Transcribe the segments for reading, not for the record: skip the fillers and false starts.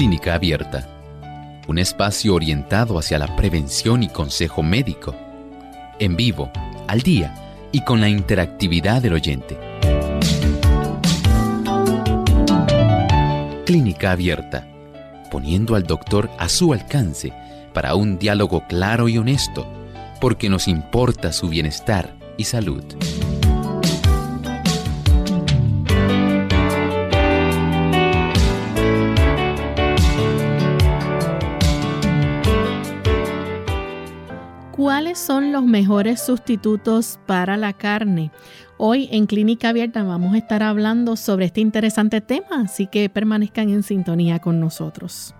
Clínica Abierta, un espacio orientado hacia la prevención y consejo médico, en vivo, al día y con la interactividad del oyente. Clínica Abierta, poniendo al doctor a su alcance para un diálogo claro y honesto, porque nos importa su bienestar y salud. ¿Cuáles son los mejores sustitutos para la carne? Hoy en Clínica Abierta vamos a estar hablando sobre este interesante tema, así que permanezcan en sintonía con nosotros.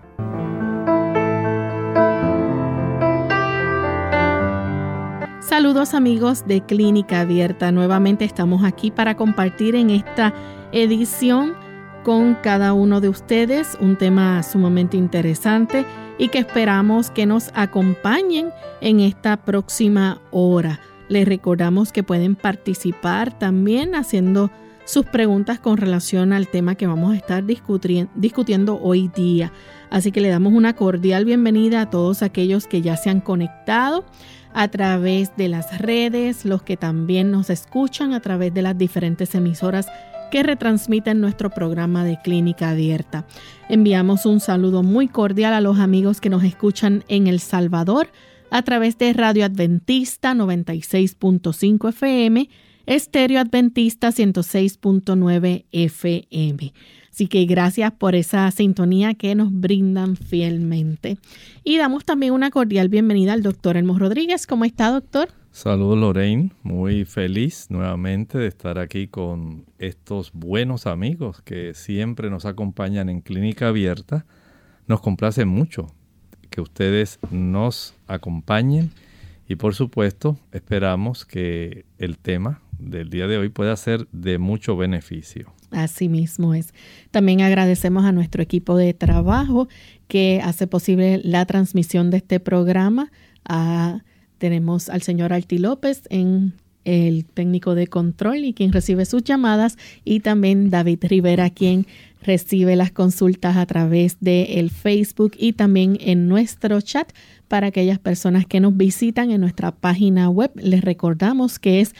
Saludos amigos de Clínica Abierta. Nuevamente estamos aquí para compartir en esta edición con cada uno de ustedes un tema sumamente interesante y que esperamos que nos acompañen en esta próxima hora. Les recordamos que pueden participar también haciendo sus preguntas con relación al tema que vamos a estar discutiendo hoy día. Así que le damos una cordial bienvenida a todos aquellos que ya se han conectado a través de las redes, los que también nos escuchan a través de las diferentes emisoras que retransmiten nuestro programa de Clínica Abierta. Enviamos un saludo muy cordial a los amigos que nos escuchan en El Salvador a través de Radio Adventista 96.5 FM, Estéreo Adventista 106.9 FM. Así que gracias por esa sintonía que nos brindan fielmente. Y damos también una cordial bienvenida al doctor Elmo Rodríguez. ¿Cómo está, doctor? Saludos, Lorraine. Muy feliz nuevamente de estar aquí con estos buenos amigos que siempre nos acompañan en Clínica Abierta. Nos complace mucho que ustedes nos acompañen y, por supuesto, esperamos que el tema del día de hoy pueda ser de mucho beneficio. Así mismo es. También agradecemos a nuestro equipo de trabajo que hace posible la transmisión de este programa. Tenemos al señor Arti López en el técnico de control y quien recibe sus llamadas, y también David Rivera, quien recibe las consultas a través del Facebook y también en nuestro chat. Para aquellas personas que nos visitan en nuestra página web, les recordamos que es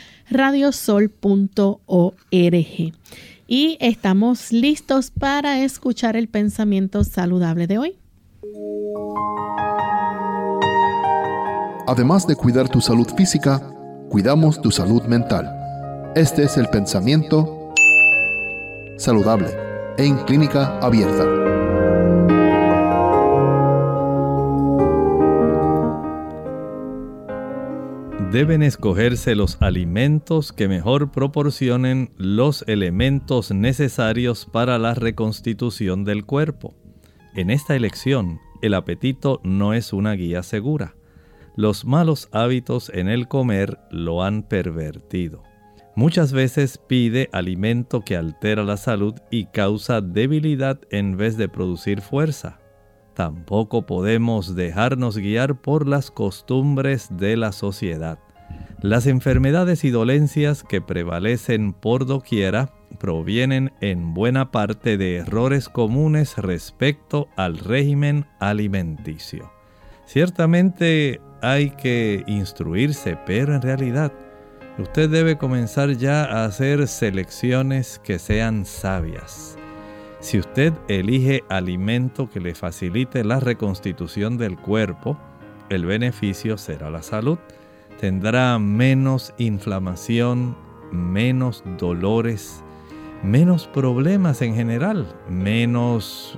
radiosol.org. Y estamos listos para escuchar el pensamiento saludable de hoy. Además de cuidar tu salud física, cuidamos tu salud mental. Este es el pensamiento saludable en Clínica Abierta. Deben escogerse los alimentos que mejor proporcionen los elementos necesarios para la reconstitución del cuerpo. En esta elección, el apetito no es una guía segura. Los malos hábitos en el comer lo han pervertido. Muchas veces pide alimento que altera la salud y causa debilidad en vez de producir fuerza. Tampoco podemos dejarnos guiar por las costumbres de la sociedad. Las enfermedades y dolencias que prevalecen por doquiera provienen en buena parte de errores comunes respecto al régimen alimenticio. Ciertamente hay que instruirse, pero en realidad usted debe comenzar ya a hacer selecciones que sean sabias. Si usted elige alimento que le facilite la reconstitución del cuerpo, el beneficio será la salud. Tendrá menos inflamación, menos dolores, menos problemas en general, menos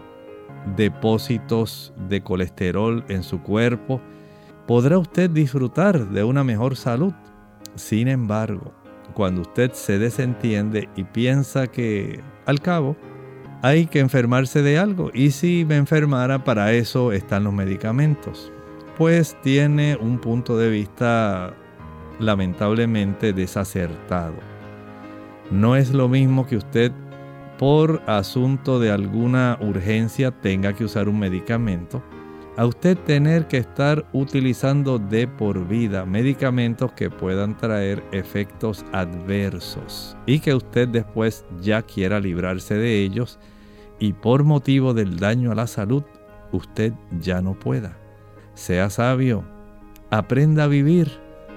depósitos de colesterol en su cuerpo. Podrá usted disfrutar de una mejor salud. Sin embargo, cuando usted se desentiende y piensa que, al cabo, hay que enfermarse de algo, y si me enfermara, para eso están los medicamentos, pues tiene un punto de vista lamentablemente desacertado. No es lo mismo que usted, por asunto de alguna urgencia, tenga que usar un medicamento, a usted tener que estar utilizando de por vida medicamentos que puedan traer efectos adversos y que usted después ya quiera librarse de ellos, y por motivo del daño a la salud usted ya no pueda. Sea sabio, aprenda a vivir,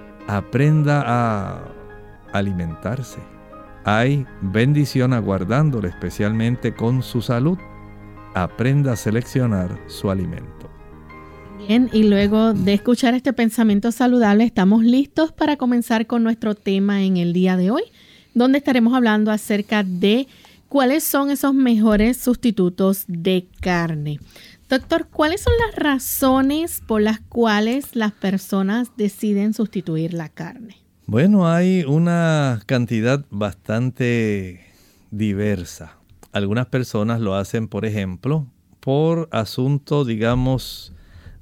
aprenda a alimentarse. Hay bendición aguardándole, especialmente con su salud. Aprenda a seleccionar su alimento. Bien, y luego de escuchar este pensamiento saludable, estamos listos para comenzar con nuestro tema en el día de hoy, donde estaremos hablando acerca de cuáles son esos mejores sustitutos de carne. Doctor, ¿cuáles son las razones por las cuales las personas deciden sustituir la carne? Bueno, hay una cantidad bastante diversa. Algunas personas lo hacen, por ejemplo, por asunto, digamos,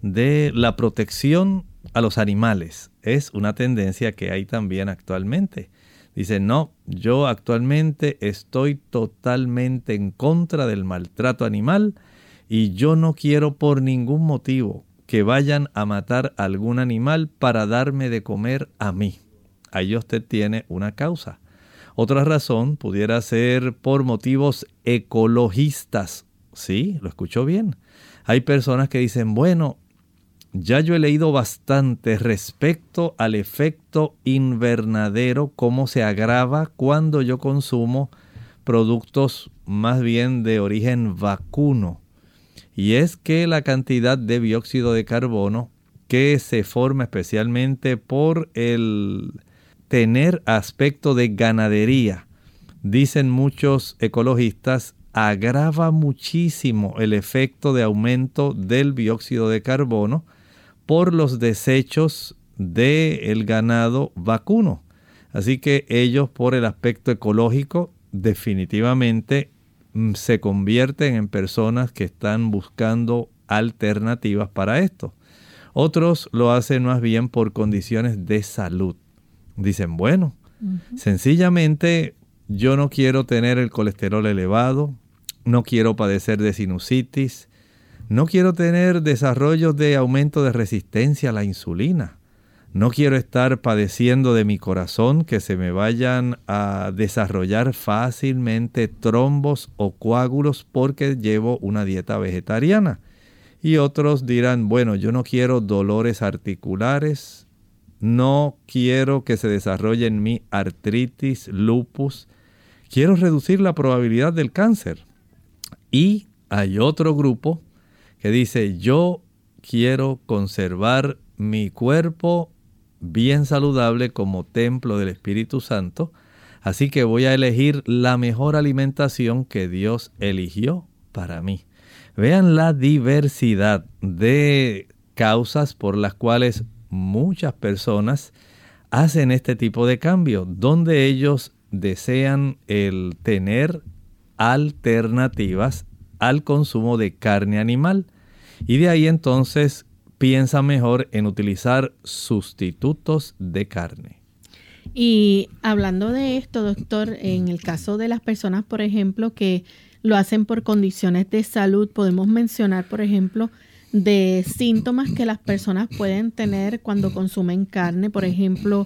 de la protección a los animales. Es una tendencia que hay también actualmente. Dicen, no, yo actualmente estoy totalmente en contra del maltrato animal y yo no quiero por ningún motivo que vayan a matar a algún animal para darme de comer a mí. Ahí usted tiene una causa. Otra razón pudiera ser por motivos ecologistas. Sí, lo escuchó bien. Hay personas que dicen, bueno, ya yo he leído bastante respecto al efecto invernadero, cómo se agrava cuando yo consumo productos más bien de origen vacuno. Y es que la cantidad de dióxido de carbono que se forma especialmente por el tener aspecto de ganadería, dicen muchos ecologistas, agrava muchísimo el efecto de aumento del dióxido de carbono por los desechos del ganado vacuno. Así que ellos, por el aspecto ecológico, definitivamente se convierten en personas que están buscando alternativas para esto. Otros lo hacen más bien por condiciones de salud. Dicen, bueno, sencillamente yo no quiero tener el colesterol elevado, no quiero padecer de sinusitis, no quiero tener desarrollos de aumento de resistencia a la insulina, no quiero estar padeciendo de mi corazón, que se me vayan a desarrollar fácilmente trombos o coágulos porque llevo una dieta vegetariana. Y otros dirán, bueno, yo no quiero dolores articulares, no quiero que se desarrolle en mí artritis, lupus. Quiero reducir la probabilidad del cáncer. Y hay otro grupo que dice, yo quiero conservar mi cuerpo bien saludable como templo del Espíritu Santo. Así que voy a elegir la mejor alimentación que Dios eligió para mí. Vean la diversidad de causas por las cuales muchas personas hacen este tipo de cambio, donde ellos desean el tener alternativas al consumo de carne animal. Y de ahí entonces piensan mejor en utilizar sustitutos de carne. Y hablando de esto, doctor, en el caso de las personas, por ejemplo, que lo hacen por condiciones de salud, podemos mencionar, por ejemplo, de síntomas que las personas pueden tener cuando consumen carne, por ejemplo,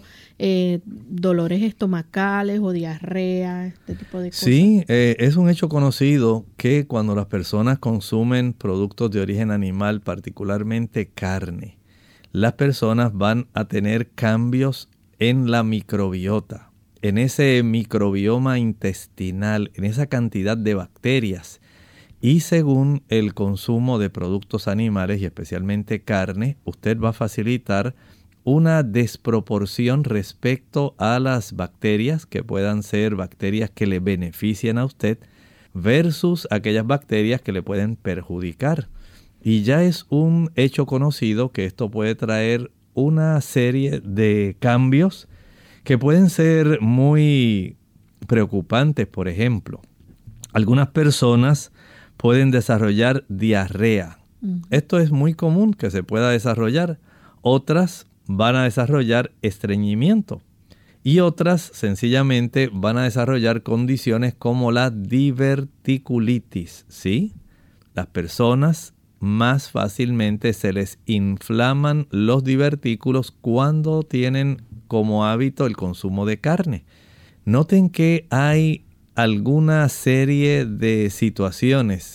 dolores estomacales o diarrea, este tipo de cosas. Sí, es un hecho conocido que cuando las personas consumen productos de origen animal, particularmente carne, las personas van a tener cambios en la microbiota, en ese microbioma intestinal, en esa cantidad de bacterias. Y según el consumo de productos animales y especialmente carne, usted va a facilitar una desproporción respecto a las bacterias que puedan ser bacterias que le beneficien a usted versus aquellas bacterias que le pueden perjudicar. Y ya es un hecho conocido que esto puede traer una serie de cambios que pueden ser muy preocupantes. Por ejemplo, algunas personas pueden desarrollar diarrea. Esto es muy común que se pueda desarrollar. Otras van a desarrollar estreñimiento. Y otras sencillamente van a desarrollar condiciones como la diverticulitis. ¿Sí? Las personas más fácilmente se les inflaman los divertículos cuando tienen como hábito el consumo de carne. Noten que hay alguna serie de situaciones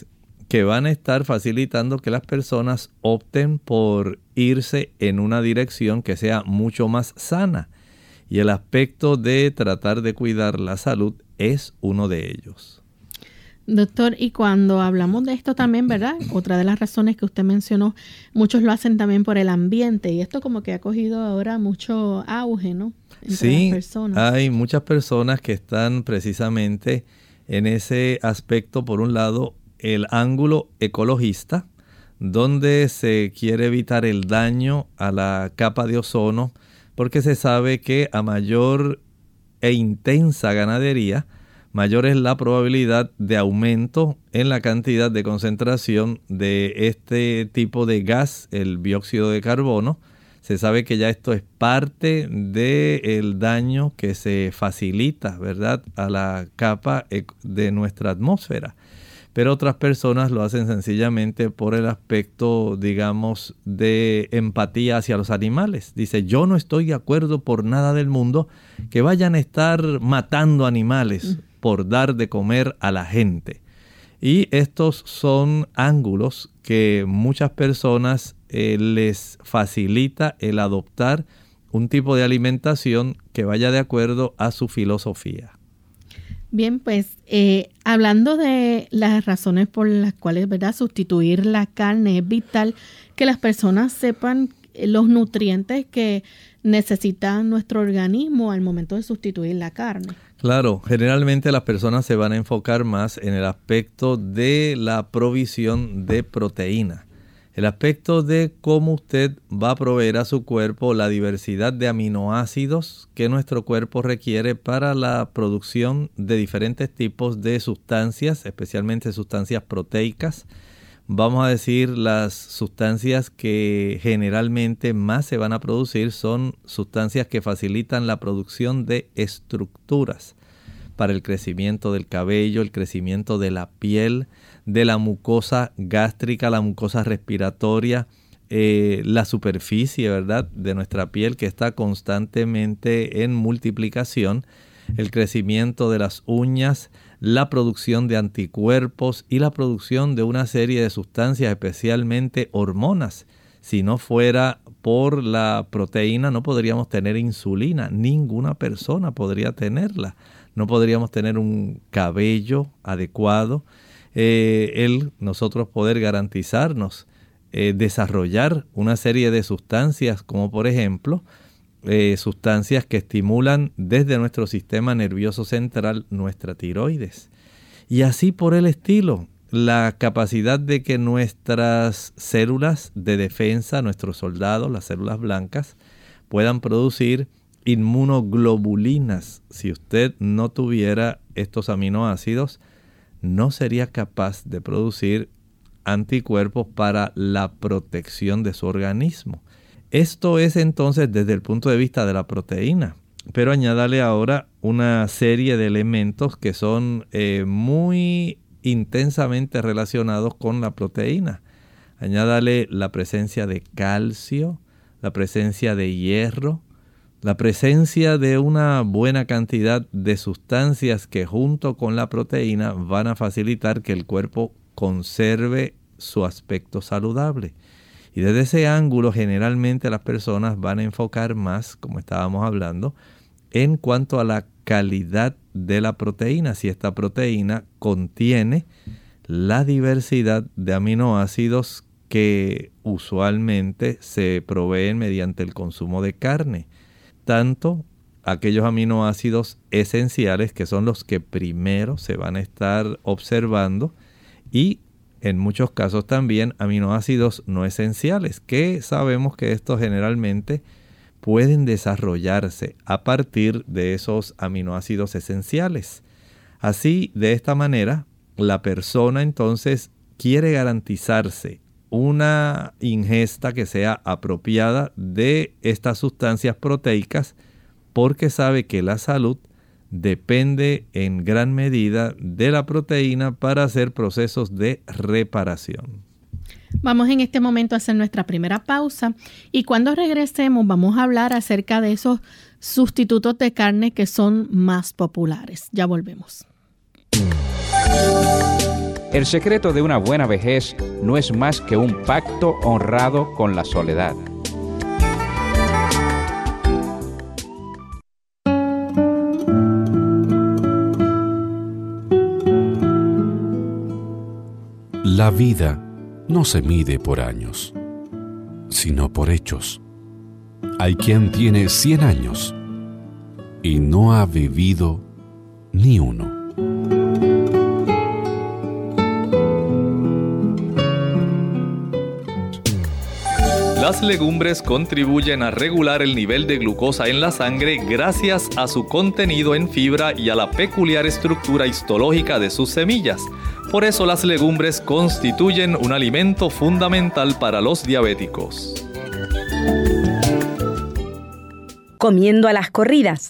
que van a estar facilitando que las personas opten por irse en una dirección que sea mucho más sana. Y el aspecto de tratar de cuidar la salud es uno de ellos. Doctor, y cuando hablamos de esto también, ¿verdad? Otra de las razones que usted mencionó, muchos lo hacen también por el ambiente, y esto como que ha cogido ahora mucho auge, ¿no? Entre las personas. Hay muchas personas que están precisamente en ese aspecto. Por un lado, el ángulo ecologista, donde se quiere evitar el daño a la capa de ozono, porque se sabe que a mayor e intensa ganadería, mayor es la probabilidad de aumento en la cantidad de concentración de este tipo de gas, el dióxido de carbono. Se sabe que ya esto es parte del daño que se facilita, ¿verdad?, a la capa de nuestra atmósfera. Pero otras personas lo hacen sencillamente por el aspecto, digamos, de empatía hacia los animales. Dice, yo no estoy de acuerdo por nada del mundo que vayan a estar matando animales por dar de comer a la gente. Y estos son ángulos que muchas personas les facilita el adoptar un tipo de alimentación que vaya de acuerdo a su filosofía. Bien, pues hablando de las razones por las cuales, ¿verdad?, sustituir la carne, es vital que las personas sepan los nutrientes que necesita nuestro organismo al momento de sustituir la carne. Claro, generalmente las personas se van a enfocar más en el aspecto de la provisión de proteína. El aspecto de cómo usted va a proveer a su cuerpo la diversidad de aminoácidos que nuestro cuerpo requiere para la producción de diferentes tipos de sustancias, especialmente sustancias proteicas. Vamos a decir, las sustancias que generalmente más se van a producir son sustancias que facilitan la producción de estructuras para el crecimiento del cabello, el crecimiento de la piel, de la mucosa gástrica, la mucosa respiratoria, la superficie, ¿verdad?, de nuestra piel que está constantemente en multiplicación, el crecimiento de las uñas, la producción de anticuerpos y la producción de una serie de sustancias, especialmente hormonas. Si no fuera por la proteína, no podríamos tener insulina. Ninguna persona podría tenerla. No podríamos tener un cabello adecuado. Nosotros poder garantizarnos desarrollar una serie de sustancias, como por ejemplo, sustancias que estimulan desde nuestro sistema nervioso central nuestra tiroides. Y así por el estilo, la capacidad de que nuestras células de defensa, nuestros soldados, las células blancas, puedan producir inmunoglobulinas. Si usted no tuviera estos aminoácidos, no sería capaz de producir anticuerpos para la protección de su organismo. Esto es entonces desde el punto de vista de la proteína, pero añádale ahora una serie de elementos que son muy intensamente relacionados con la proteína. Añádale la presencia de calcio, la presencia de hierro, la presencia de una buena cantidad de sustancias que junto con la proteína van a facilitar que el cuerpo conserve su aspecto saludable. Y desde ese ángulo generalmente las personas van a enfocar más, como estábamos hablando, en cuanto a la calidad de la proteína. Si esta proteína contiene la diversidad de aminoácidos que usualmente se proveen mediante el consumo de carne. Tanto aquellos aminoácidos esenciales que son los que primero se van a estar observando y en muchos casos también aminoácidos no esenciales, que sabemos que estos generalmente pueden desarrollarse a partir de esos aminoácidos esenciales. Así, de esta manera, la persona entonces quiere garantizarse una ingesta que sea apropiada de estas sustancias proteicas porque sabe que la salud depende en gran medida de la proteína para hacer procesos de reparación. Vamos en este momento a hacer nuestra primera pausa y cuando regresemos vamos a hablar acerca de esos sustitutos de carne que son más populares. Ya volvemos. El secreto de una buena vejez no es más que un pacto honrado con la soledad. La vida no se mide por años, sino por hechos. Hay quien tiene 100 años y no ha vivido ni uno. Las legumbres contribuyen a regular el nivel de glucosa en la sangre gracias a su contenido en fibra y a la peculiar estructura histológica de sus semillas. Por eso las legumbres constituyen un alimento fundamental para los diabéticos. Comiendo a las corridas.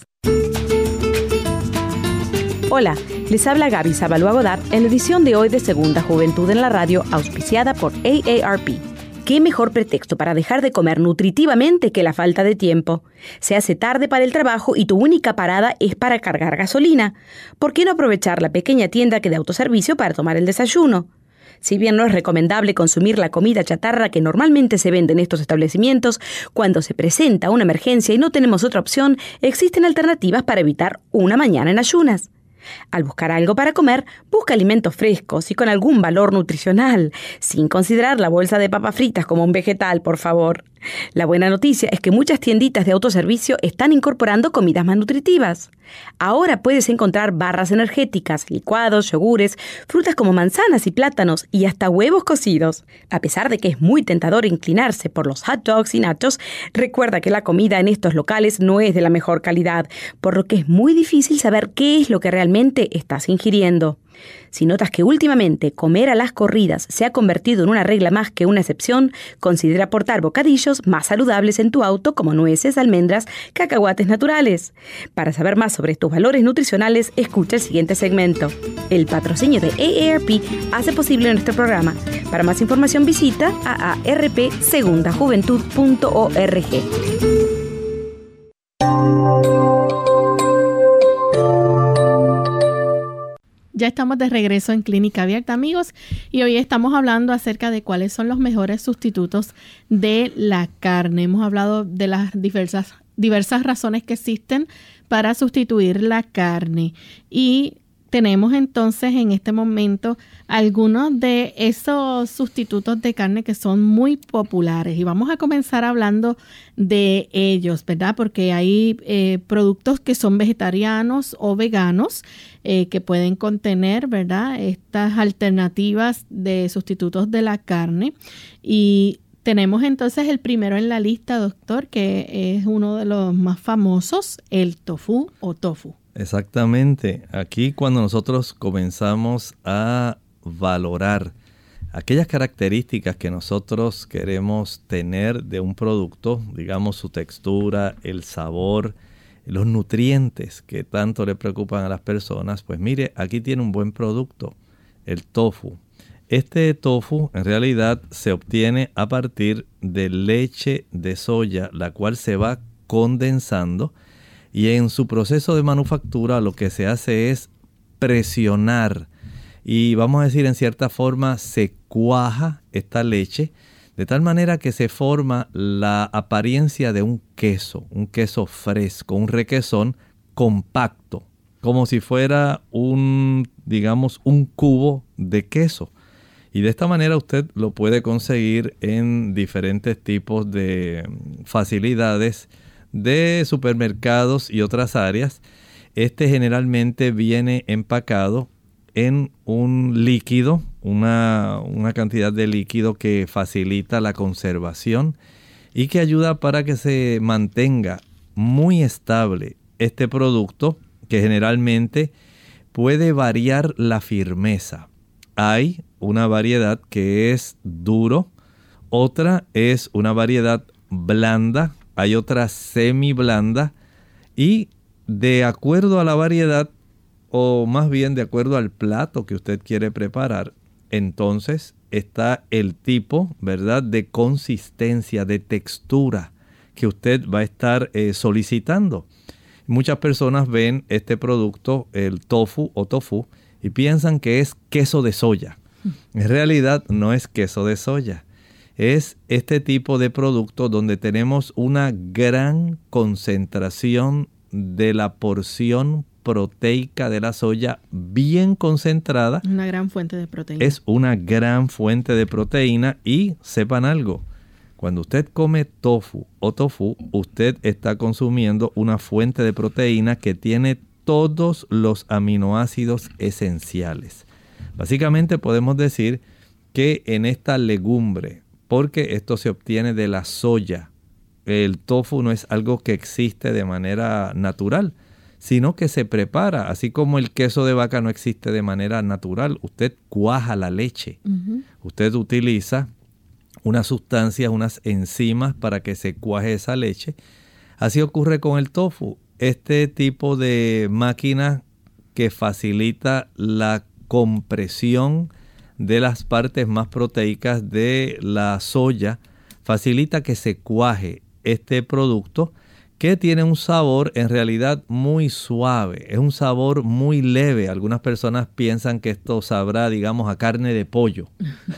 Hola, les habla Gaby Zabalúa Godard en la edición de hoy de Segunda Juventud en la Radio, auspiciada por AARP. ¿Qué mejor pretexto para dejar de comer nutritivamente que la falta de tiempo? Se hace tarde para el trabajo y tu única parada es para cargar gasolina. ¿Por qué no aprovechar la pequeña tienda que da autoservicio para tomar el desayuno? Si bien no es recomendable consumir la comida chatarra que normalmente se vende en estos establecimientos, cuando se presenta una emergencia y no tenemos otra opción, existen alternativas para evitar una mañana en ayunas. Al buscar algo para comer, busca alimentos frescos y con algún valor nutricional, sin considerar la bolsa de papas fritas como un vegetal, por favor. La buena noticia es que muchas tienditas de autoservicio están incorporando comidas más nutritivas. Ahora puedes encontrar barras energéticas, licuados, yogures, frutas como manzanas y plátanos y hasta huevos cocidos. A pesar de que es muy tentador inclinarse por los hot dogs y nachos, recuerda que la comida en estos locales no es de la mejor calidad, por lo que es muy difícil saber qué es lo que realmente estás ingiriendo. Si notas que últimamente comer a las corridas se ha convertido en una regla más que una excepción, considera aportar bocadillos más saludables en tu auto como nueces, almendras, cacahuates naturales. Para saber más sobre estos valores nutricionales, escucha el siguiente segmento. El patrocinio de AARP hace posible nuestro programa. Para más información visita aarpsegundajuventud.org. Ya estamos de regreso en Clínica Abierta, amigos, y hoy estamos hablando acerca de cuáles son los mejores sustitutos de la carne. Hemos hablado de las diversas razones que existen para sustituir la carne y tenemos entonces en este momento algunos de esos sustitutos de carne que son muy populares y vamos a comenzar hablando de ellos, ¿verdad? Porque hay productos que son vegetarianos o veganos que pueden contener, ¿verdad?, estas alternativas de sustitutos de la carne. Y tenemos entonces el primero en la lista, doctor, que es uno de los más famosos, el tofu o tofu. Exactamente. Aquí cuando nosotros comenzamos a valorar aquellas características que nosotros queremos tener de un producto, digamos su textura, el sabor, los nutrientes que tanto le preocupan a las personas, pues mire, aquí tiene un buen producto, el tofu. Este tofu en realidad se obtiene a partir de leche de soya, la cual se va condensando. Y en su proceso de manufactura lo que se hace es presionar y vamos a decir en cierta forma se cuaja esta leche de tal manera que se forma la apariencia de un queso fresco, un requesón compacto, como si fuera un cubo de queso. Y de esta manera usted lo puede conseguir en diferentes tipos de facilidades de supermercados y otras áreas. Este generalmente viene empacado en un líquido, una cantidad de líquido que facilita la conservación y que ayuda para que se mantenga muy estable este producto, que generalmente puede variar la firmeza. Hay una variedad que es duro, otra es una variedad blanda, hay otra semi-blanda y de acuerdo a la variedad o más bien de acuerdo al plato que usted quiere preparar, entonces está el tipo, ¿verdad?, de consistencia, de textura que usted va a estar solicitando. Muchas personas ven este producto, el tofu o tofu, y piensan que es queso de soya. En realidad no es queso de soya. Es este tipo de producto donde tenemos una gran concentración de la porción proteica de la soya bien concentrada. Una gran fuente de proteína. Es una gran fuente de proteína y sepan algo. Cuando usted come tofu o tofu, usted está consumiendo una fuente de proteína que tiene todos los aminoácidos esenciales. Básicamente podemos decir que en esta legumbre, porque esto se obtiene de la soya, el tofu no es algo que existe de manera natural, sino que se prepara, así como el queso de vaca no existe de manera natural. Usted cuaja la leche, usted utiliza unas sustancias, unas enzimas para que se cuaje esa leche. Así ocurre con el tofu. Este tipo de máquina que facilita la compresión de las partes más proteicas de la soya, facilita que se cuaje este producto que tiene un sabor en realidad muy suave, es un sabor muy leve. Algunas personas piensan que esto sabrá, digamos, a carne de pollo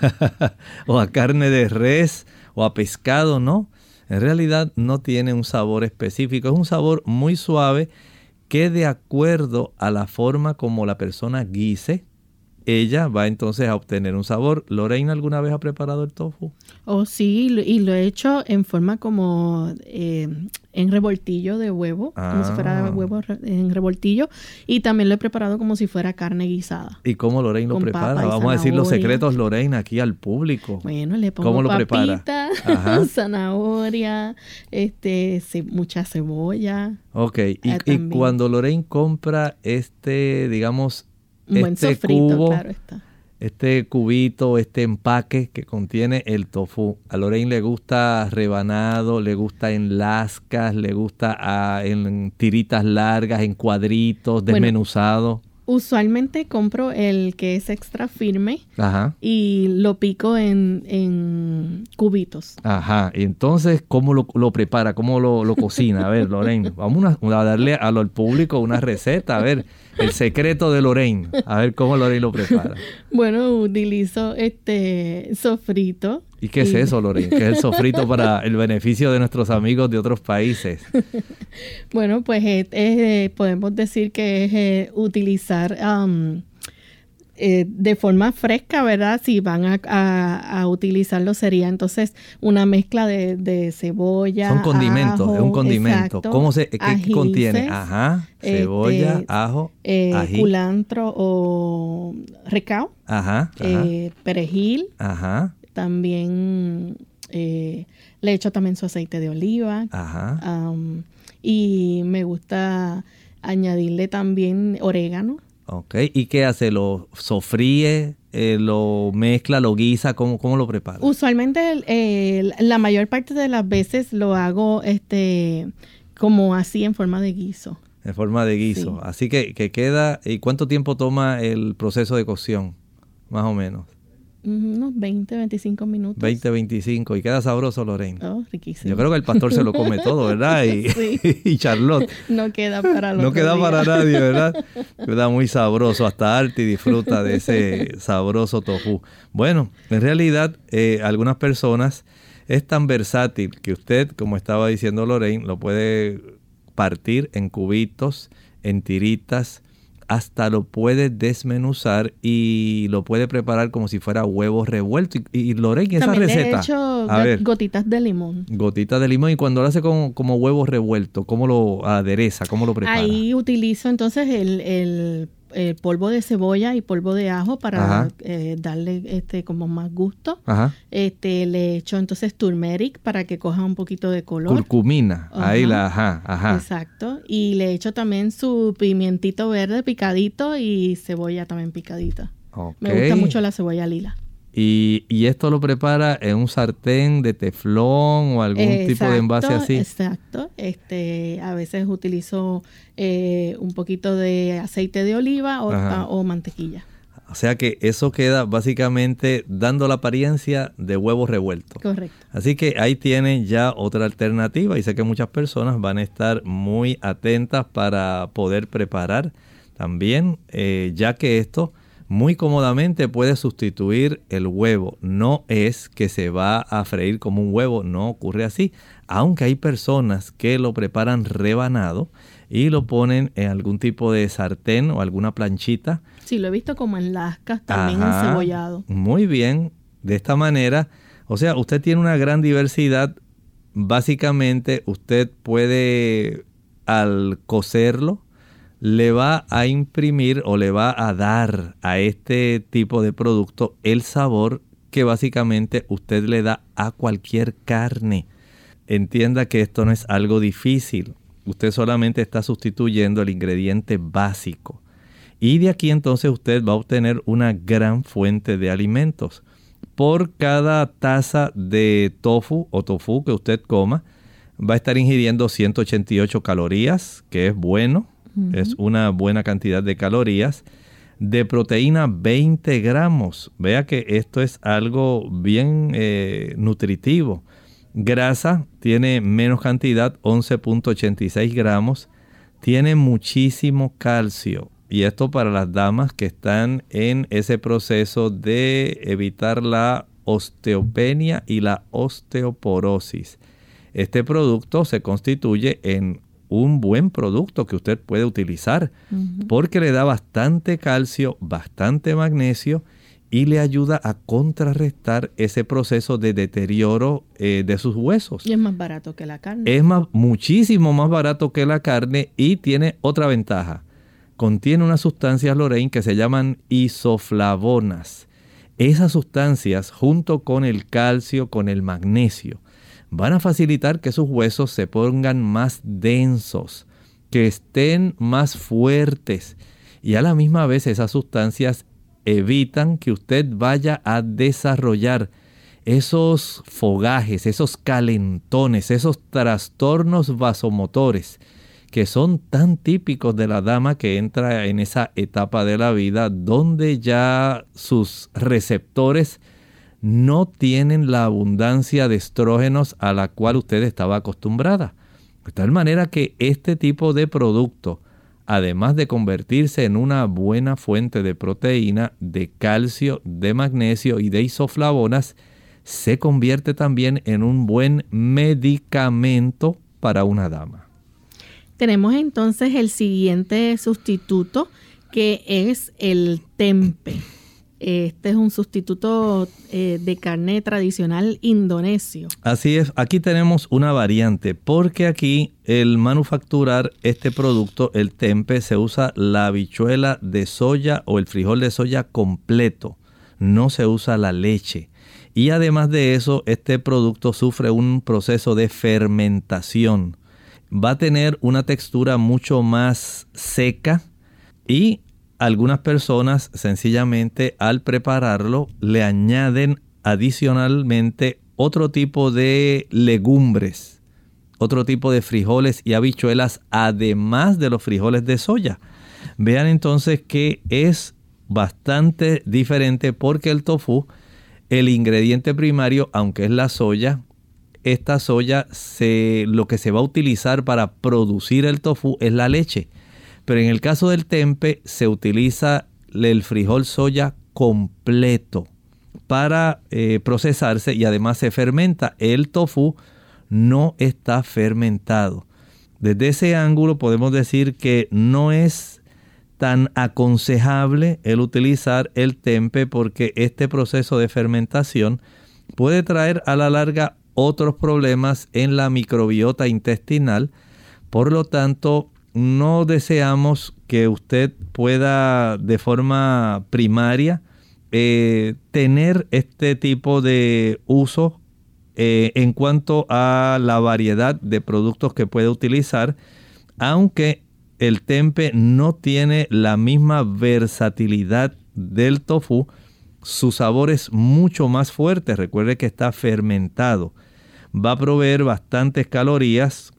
o a carne de res o a pescado, ¿no? En realidad no tiene un sabor específico, es un sabor muy suave que de acuerdo a la forma como la persona guise, ella va entonces a obtener un sabor. ¿Lorraine alguna vez ha preparado el tofu? Oh, sí, y lo he hecho en forma como en revoltillo de huevo, como si fuera huevo en revoltillo, y también lo he preparado como si fuera carne guisada. ¿Y cómo Lorraine lo prepara? Vamos a decir los secretos, Lorraine, aquí al público. Bueno, le pongo ¿Cómo lo papita, zanahoria, mucha cebolla. Ok, y cuando Lorraine compra digamos, un buen sofrito, cubo, claro está. Este cubito, este empaque que contiene el tofu. A Lorraine le gusta rebanado, le gusta en lascas, le gusta en tiritas largas, en cuadritos, desmenuzado. Bueno, usualmente compro el que es extra firme. Ajá. Y lo pico en cubitos. Ajá. Y entonces, ¿cómo lo prepara? ¿Cómo lo cocina? A ver, Lorraine, vamos a darle al público una receta. A ver, el secreto de Lorraine. A ver cómo Lorraine lo prepara. Bueno, utilizo sofrito. ¿Y qué es eso, Lorraine? ¿Qué es el sofrito para el beneficio de nuestros amigos de otros países? Bueno, pues podemos decir que es utilizar de forma fresca, ¿verdad? Si van a utilizarlo sería entonces una mezcla de cebolla, son condimentos, ajo, es un condimento. Exacto, ¿Qué contiene? Ajá, cebolla, ajo, ají, culantro o recao, perejil, ajá. También le echo también su aceite de oliva. Ajá. Y me gusta añadirle también orégano. Ok. ¿Y qué hace? ¿Lo sofríe? ¿Lo mezcla? ¿Lo guisa? ¿Cómo lo prepara? Usualmente la mayor parte de las veces lo hago como así en forma de guiso. En forma de guiso. Sí. Así que queda... ¿Y cuánto tiempo toma el proceso de cocción? Más o menos. Unos 20, 25 minutos. 20, 25. ¿Y queda sabroso, Lorraine? Oh, riquísimo. Yo creo que el pastor se lo come todo, ¿verdad? Sí. Y Charlotte. No queda para No queda para nadie, ¿verdad? Queda muy sabroso. Hasta Arti disfruta de ese sabroso tofu. Bueno, en realidad, algunas personas es tan versátil que usted, como estaba diciendo Lorraine, lo puede partir en cubitos, en tiritas, hasta lo puede desmenuzar y lo puede preparar como si fuera huevos revueltos. Y Lorraine, esa también receta. Le he hecho gotitas de limón. Gotitas de limón. Y cuando lo hace como huevos revueltos, ¿cómo lo adereza? ¿Cómo lo prepara? Ahí utilizo entonces el polvo de cebolla y polvo de ajo para darle como más gusto. Ajá. Le echo entonces turmeric para que coja un poquito de color. Curcumina. Ajá. Ahí ajá. Exacto. Y le echo también su pimientito verde picadito y cebolla también picadita. Okay. Me gusta mucho la cebolla lila. ¿Y esto lo prepara en un sartén de teflón o algún tipo de envase así? Exacto. A veces utilizo un poquito de aceite de oliva o mantequilla. O sea que eso queda básicamente dando la apariencia de huevos revueltos. Correcto. Así que ahí tienen ya otra alternativa y sé que muchas personas van a estar muy atentas para poder preparar también, ya que esto muy cómodamente puede sustituir el huevo. No es que se va a freír como un huevo, no ocurre así. Aunque hay personas que lo preparan rebanado y lo ponen en algún tipo de sartén o alguna planchita. Sí, lo he visto como en lascas, también encebollado. Muy bien, de esta manera, o sea, usted tiene una gran diversidad. Básicamente, usted puede, al cocerlo, le va a imprimir o le va a dar a este tipo de producto el sabor que básicamente usted le da a cualquier carne. Entienda que esto no es algo difícil. Usted solamente está sustituyendo el ingrediente básico. Y de aquí entonces usted va a obtener una gran fuente de alimentos. Por cada taza de tofu o tofu que usted coma, va a estar ingiriendo 188 calorías, que es bueno. Es una buena cantidad de calorías. De proteína, 20 gramos. Vea que esto es algo bien nutritivo. Grasa tiene menos cantidad, 11.86 gramos. Tiene muchísimo calcio. Y esto para las damas que están en ese proceso de evitar la osteopenia y la osteoporosis. Este producto se constituye en un buen producto que usted puede utilizar porque le da bastante calcio, bastante magnesio y le ayuda a contrarrestar ese proceso de deterioro de sus huesos. Y es más barato que la carne. Es muchísimo más barato que la carne y tiene otra ventaja. Contiene unas sustancias, Lorraine, que se llaman isoflavonas. Esas sustancias, junto con el calcio, con el magnesio, van a facilitar que sus huesos se pongan más densos, que estén más fuertes. Y a la misma vez esas sustancias evitan que usted vaya a desarrollar esos fogajes, esos calentones, esos trastornos vasomotores que son tan típicos de la dama que entra en esa etapa de la vida donde ya sus receptores no tienen la abundancia de estrógenos a la cual usted estaba acostumbrada. De tal manera que este tipo de producto, además de convertirse en una buena fuente de proteína, de calcio, de magnesio y de isoflavonas, se convierte también en un buen medicamento para una dama. Tenemos entonces el siguiente sustituto, que es el tempe. Este es un sustituto de carne tradicional indonesio. Así es, aquí tenemos una variante, porque aquí el manufacturar este producto, el tempe, se usa la habichuela de soya o el frijol de soya completo, no se usa la leche. Y además de eso, este producto sufre un proceso de fermentación. Va a tener una textura mucho más seca y algunas personas sencillamente al prepararlo le añaden adicionalmente otro tipo de legumbres, otro tipo de frijoles y habichuelas además de los frijoles de soya. Vean entonces que es bastante diferente porque el tofu, el ingrediente primario, aunque es la soya, esta soya lo que se va a utilizar para producir el tofu es la leche. Pero en el caso del tempe se utiliza el frijol soya completo para procesarse y además se fermenta. El tofu no está fermentado. Desde ese ángulo podemos decir que no es tan aconsejable el utilizar el tempe porque este proceso de fermentación puede traer a la larga otros problemas en la microbiota intestinal. Por lo tanto, no deseamos que usted pueda de forma primaria tener este tipo de uso en cuanto a la variedad de productos que puede utilizar, aunque el tempe no tiene la misma versatilidad del tofu. Su sabor es mucho más fuerte. Recuerde que está fermentado. Va a proveer bastantes calorías,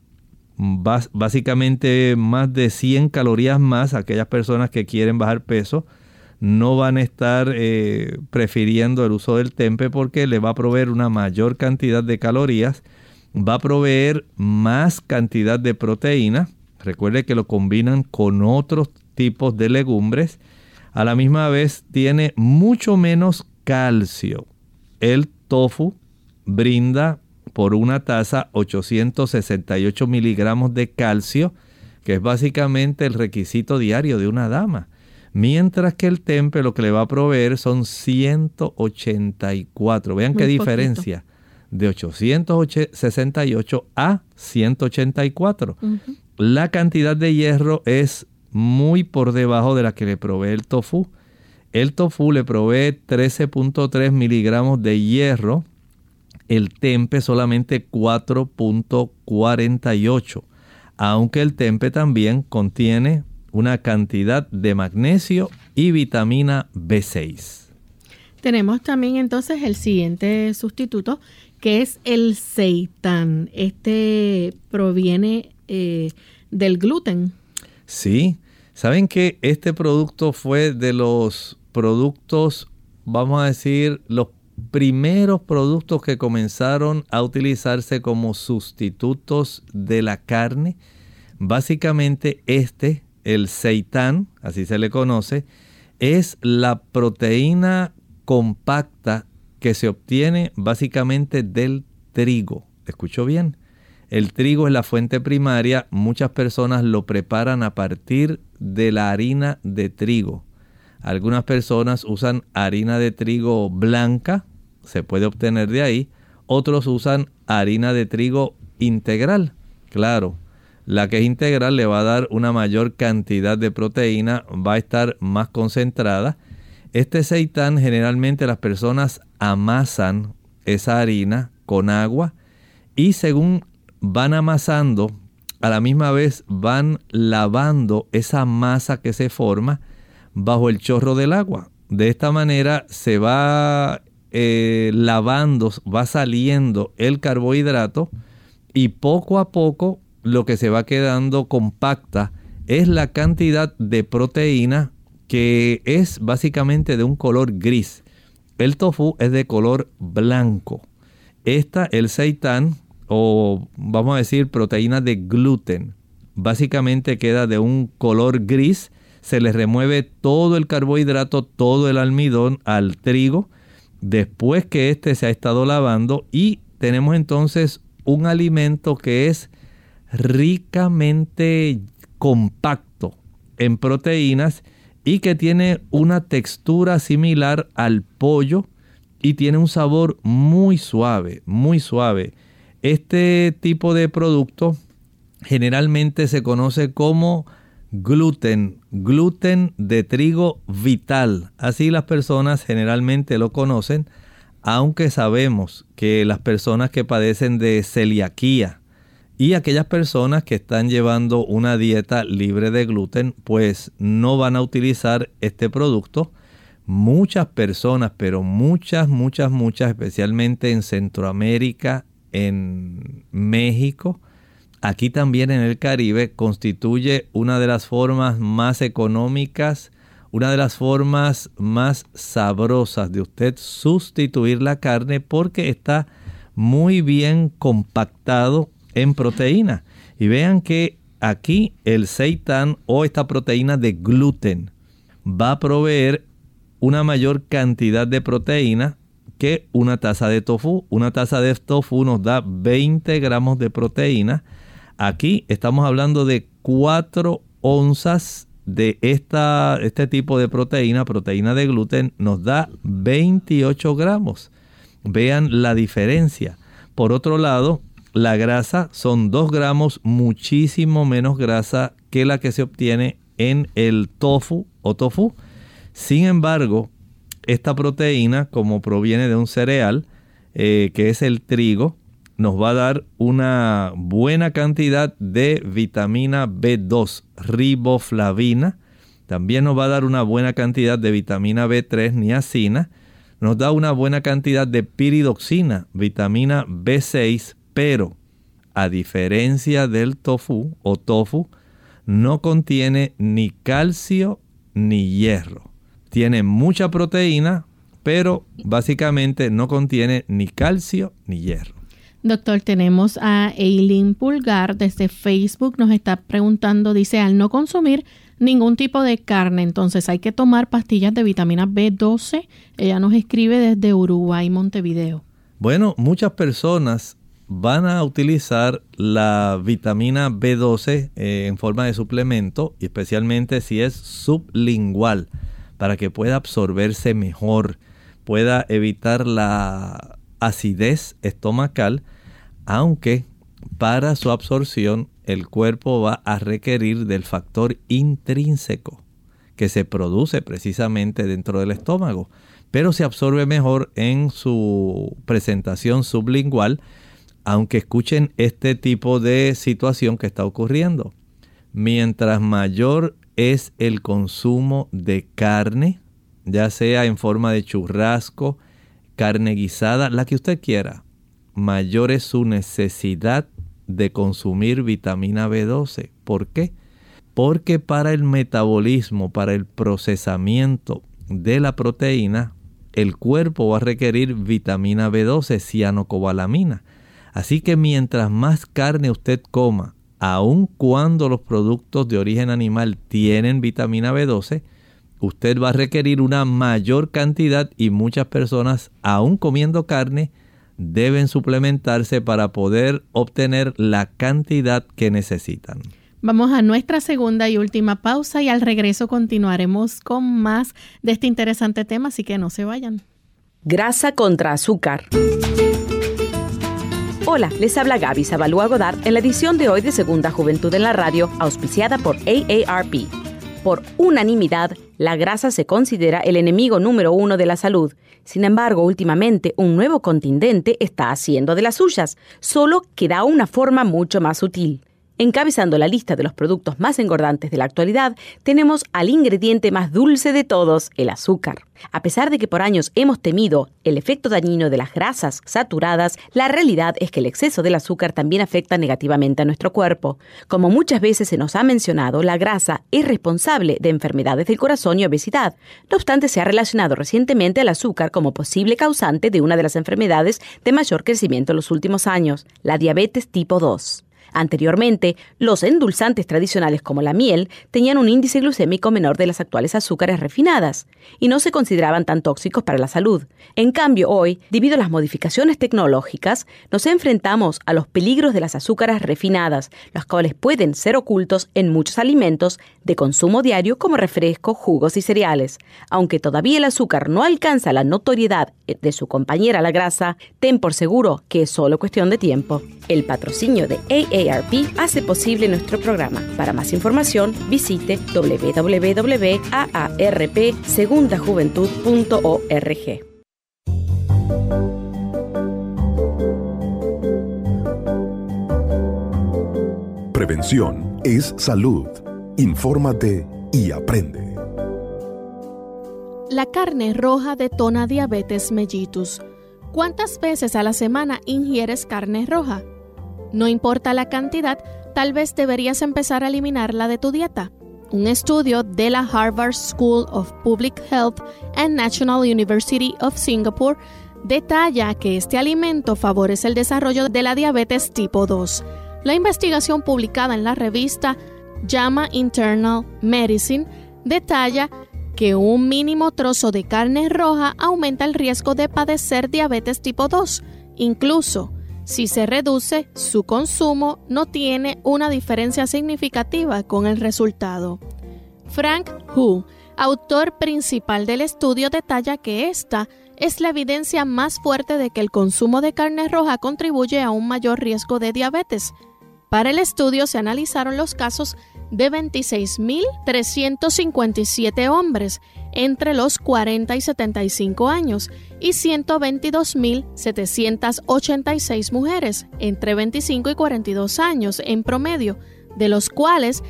básicamente más de 100 calorías más. Aquellas personas que quieren bajar peso no van a estar prefiriendo el uso del tempe porque le va a proveer una mayor cantidad de calorías, va a proveer más cantidad de proteína. Recuerde que lo combinan con otros tipos de legumbres. A la misma vez tiene mucho menos calcio. El tofu brinda por una taza 868 miligramos de calcio, que es básicamente el requisito diario de una dama. Mientras que el tempe lo que le va a proveer son 184. Vean qué diferencia. De 868 a 184. La cantidad de hierro es muy por debajo de la que le provee el tofu. El tofu le provee 13.3 miligramos de hierro. El tempe solamente 4.48. Aunque el tempe también contiene una cantidad de magnesio y vitamina B6. Tenemos también entonces el siguiente sustituto, que es el seitán. Este proviene del gluten. Sí, saben que este producto fue de los productos, vamos a decir, los primeros productos que comenzaron a utilizarse como sustitutos de la carne. Básicamente el seitán, así se le conoce, es la proteína compacta que se obtiene básicamente del trigo. ¿Escuchó bien? El trigo es la fuente primaria. Muchas personas lo preparan a partir de la harina de trigo. Algunas personas usan harina de trigo blanca, se puede obtener de ahí. Otros usan harina de trigo integral. Claro, la que es integral le va a dar una mayor cantidad de proteína, va a estar más concentrada. Este seitán, generalmente las personas amasan esa harina con agua y según van amasando, a la misma vez van lavando esa masa que se forma bajo el chorro del agua. De esta manera se va lavando, va saliendo el carbohidrato y poco a poco lo que se va quedando compacta es la cantidad de proteína, que es básicamente de un color gris. El tofu es de color blanco. El seitán, o vamos a decir proteína de gluten, básicamente queda de un color gris. Se le remueve todo el carbohidrato, todo el almidón al trigo, después que se ha estado lavando, y tenemos entonces un alimento que es ricamente compacto en proteínas y que tiene una textura similar al pollo y tiene un sabor muy suave, muy suave. Este tipo de producto generalmente se conoce como gluten de trigo vital. Así las personas generalmente lo conocen, aunque sabemos que las personas que padecen de celiaquía y aquellas personas que están llevando una dieta libre de gluten, pues no van a utilizar este producto. Muchas personas, pero muchas, especialmente en Centroamérica, en México, aquí también en el Caribe, constituye una de las formas más económicas, una de las formas más sabrosas de usted sustituir la carne, porque está muy bien compactado en proteína. Y vean que aquí el seitán, o esta proteína de gluten, va a proveer una mayor cantidad de proteína que una taza de tofu. Una taza de tofu nos da 20 gramos de proteína. Aquí estamos hablando de 4 onzas de este tipo de proteína de gluten, nos da 28 gramos. Vean la diferencia. Por otro lado, la grasa son 2 gramos, muchísimo menos grasa que la que se obtiene en el tofu o tofu. Sin embargo, esta proteína, como proviene de un cereal, que es el trigo, nos va a dar una buena cantidad de vitamina B2, riboflavina. También nos va a dar una buena cantidad de vitamina B3, niacina. Nos da una buena cantidad de piridoxina, vitamina B6, pero a diferencia del tofu o tofu, no contiene ni calcio ni hierro. Tiene mucha proteína, pero básicamente no contiene ni calcio ni hierro. Doctor, tenemos a Eileen Pulgar desde Facebook, nos está preguntando, dice, al no consumir ningún tipo de carne. Entonces hay que tomar pastillas de vitamina B12. Ella nos escribe desde Uruguay, Montevideo. Bueno, muchas personas van a utilizar la vitamina B12 en forma de suplemento, y especialmente si es sublingual, para que pueda absorberse mejor, pueda evitar la acidez estomacal, aunque para su absorción el cuerpo va a requerir del factor intrínseco que se produce precisamente dentro del estómago, pero se absorbe mejor en su presentación sublingual, aunque escuchen este tipo de situación que está ocurriendo. Mientras mayor es el consumo de carne, ya sea en forma de churrasco, carne guisada, la que usted quiera, mayor es su necesidad de consumir vitamina B12. ¿Por qué? Porque para el metabolismo, para el procesamiento de la proteína, el cuerpo va a requerir vitamina B12, cianocobalamina. Así que mientras más carne usted coma, aun cuando los productos de origen animal tienen vitamina B12, usted va a requerir una mayor cantidad, y muchas personas, aun comiendo carne, deben suplementarse para poder obtener la cantidad que necesitan. Vamos a nuestra segunda y última pausa y al regreso continuaremos con más de este interesante tema, así que no se vayan. Grasa contra azúcar. Hola, les habla Gaby Zabalúa Godard en la edición de hoy de Segunda Juventud en la Radio, auspiciada por AARP. Por unanimidad, la grasa se considera el enemigo número 1 de la salud. Sin embargo, últimamente, un nuevo contingente está haciendo de las suyas, solo que da una forma mucho más sutil. Encabezando la lista de los productos más engordantes de la actualidad, tenemos al ingrediente más dulce de todos, el azúcar. A pesar de que por años hemos temido el efecto dañino de las grasas saturadas, la realidad es que el exceso del azúcar también afecta negativamente a nuestro cuerpo. Como muchas veces se nos ha mencionado, la grasa es responsable de enfermedades del corazón y obesidad. No obstante, se ha relacionado recientemente al azúcar como posible causante de una de las enfermedades de mayor crecimiento en los últimos años, la diabetes tipo 2. Anteriormente, los endulzantes tradicionales como la miel tenían un índice glucémico menor de las actuales azúcares refinadas y no se consideraban tan tóxicos para la salud. En cambio, hoy, debido a las modificaciones tecnológicas, nos enfrentamos a los peligros de las azúcares refinadas, los cuales pueden ser ocultos en muchos alimentos de consumo diario como refrescos, jugos y cereales. Aunque todavía el azúcar no alcanza la notoriedad de su compañera la grasa, ten por seguro que es solo cuestión de tiempo. El patrocinio de AARP hace posible nuestro programa. Para más información, visite www.aarpsegundajuventud.org. Prevención es salud. Infórmate y aprende. La carne roja detona diabetes mellitus. ¿Cuántas veces a la semana ingieres carne roja? No importa la cantidad, tal vez deberías empezar a eliminarla de tu dieta. Un estudio de la Harvard School of Public Health and National University of Singapore detalla que este alimento favorece el desarrollo de la diabetes tipo 2. La investigación publicada en la revista JAMA Internal Medicine detalla que un mínimo trozo de carne roja aumenta el riesgo de padecer diabetes tipo 2. Incluso si se reduce su consumo, no tiene una diferencia significativa con el resultado. Frank Hu, autor principal del estudio, detalla que esta es la evidencia más fuerte de que el consumo de carne roja contribuye a un mayor riesgo de diabetes. Para el estudio se analizaron los casos de 26.357 hombres entre los 40 y 75 años y 122.786 mujeres entre 25 y 42 años en promedio, de los cuales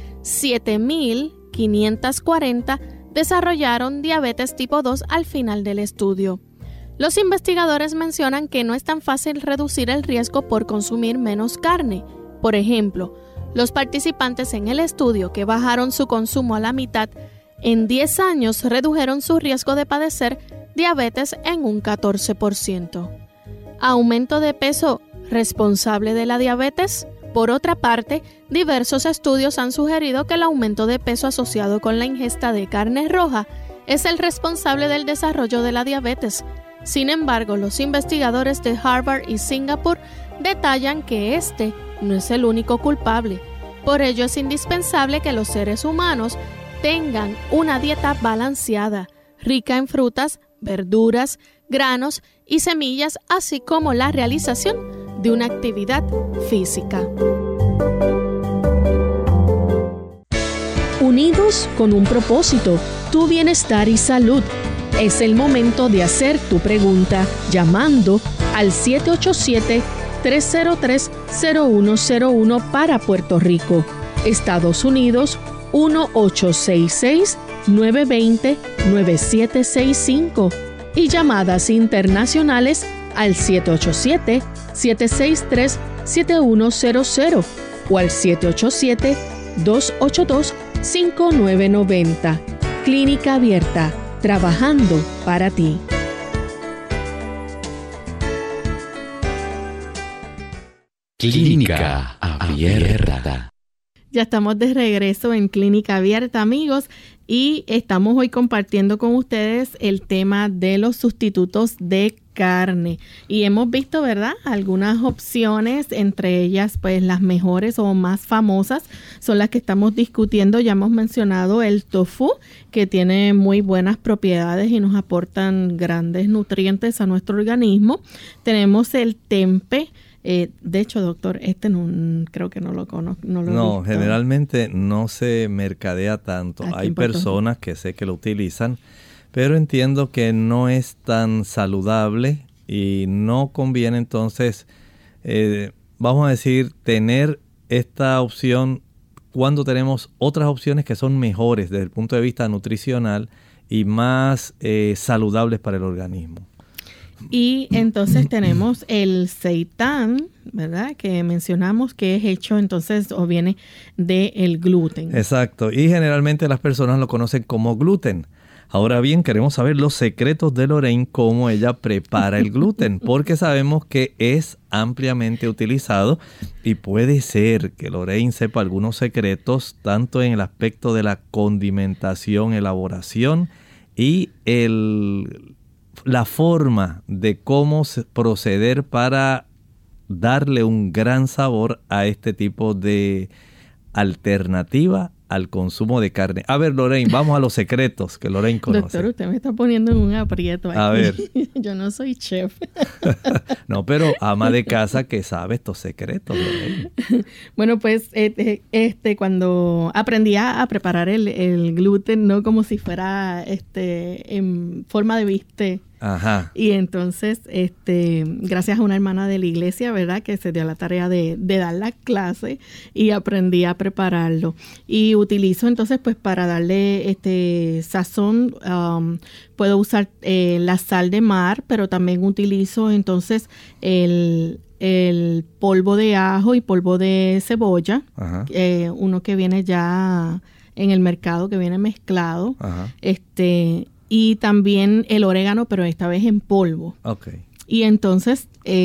7.540 desarrollaron diabetes tipo 2 al final del estudio. Los investigadores mencionan que no es tan fácil reducir el riesgo por consumir menos carne. Por ejemplo, los participantes en el estudio que bajaron su consumo a la mitad en 10 años redujeron su riesgo de padecer diabetes en un 14%. ¿Aumento de peso responsable de la diabetes? Por otra parte, diversos estudios han sugerido que el aumento de peso asociado con la ingesta de carne roja es el responsable del desarrollo de la diabetes. Sin embargo, los investigadores de Harvard y Singapur detallan que este no es el único culpable. Por ello es indispensable que los seres humanos tengan una dieta balanceada, rica en frutas, verduras, granos y semillas, así como la realización de una actividad física. Unidos con un propósito, tu bienestar y salud. Es el momento de hacer tu pregunta llamando al 787-303-0101 para Puerto Rico, Estados Unidos 1866-920-9765 y llamadas internacionales al 787-763-7100 o al 787-282-5990. Clínica Abierta, trabajando para ti. Clínica Abierta. Ya estamos de regreso en Clínica Abierta, amigos, y estamos hoy compartiendo con ustedes el tema de los sustitutos de carne. Y hemos visto, ¿verdad?, algunas opciones, entre ellas, pues las mejores o más famosas son las que estamos discutiendo. Ya hemos mencionado el tofu, que tiene muy buenas propiedades y nos aportan grandes nutrientes a nuestro organismo. Tenemos el tempe. De hecho, doctor, creo que no lo conozco. No, generalmente no se mercadea tanto. Hay personas que sé que lo utilizan, pero entiendo que no es tan saludable y no conviene entonces, vamos a decir, tener esta opción cuando tenemos otras opciones que son mejores desde el punto de vista nutricional y más saludables para el organismo. Y entonces tenemos el seitán, ¿verdad?, que mencionamos que es hecho entonces o viene del gluten. Exacto, y generalmente las personas lo conocen como gluten. Ahora bien, queremos saber los secretos de Lorraine, cómo ella prepara el gluten, porque sabemos que es ampliamente utilizado y puede ser que Lorraine sepa algunos secretos, tanto en el aspecto de la condimentación, elaboración y la forma de cómo proceder para darle un gran sabor a este tipo de alternativa al consumo de carne. A ver, Lorraine, vamos a los secretos que Lorraine conoce. Doctor, usted me está poniendo en un aprieto aquí. A ver. Yo no soy chef. No, pero ama de casa que sabe estos secretos, Lorraine. Bueno, pues cuando aprendí a preparar el gluten, no como si fuera en forma de bistec. Ajá. Y entonces, gracias a una hermana de la iglesia, ¿verdad?, que se dio la tarea de dar la clase y aprendí a prepararlo. Y utilizo entonces, pues para darle sazón, puedo usar la sal de mar, pero también utilizo entonces el polvo de ajo y polvo de cebolla, uno que viene ya en el mercado, que viene mezclado. Ajá. Y también el orégano, pero esta vez en polvo. Okay. Y entonces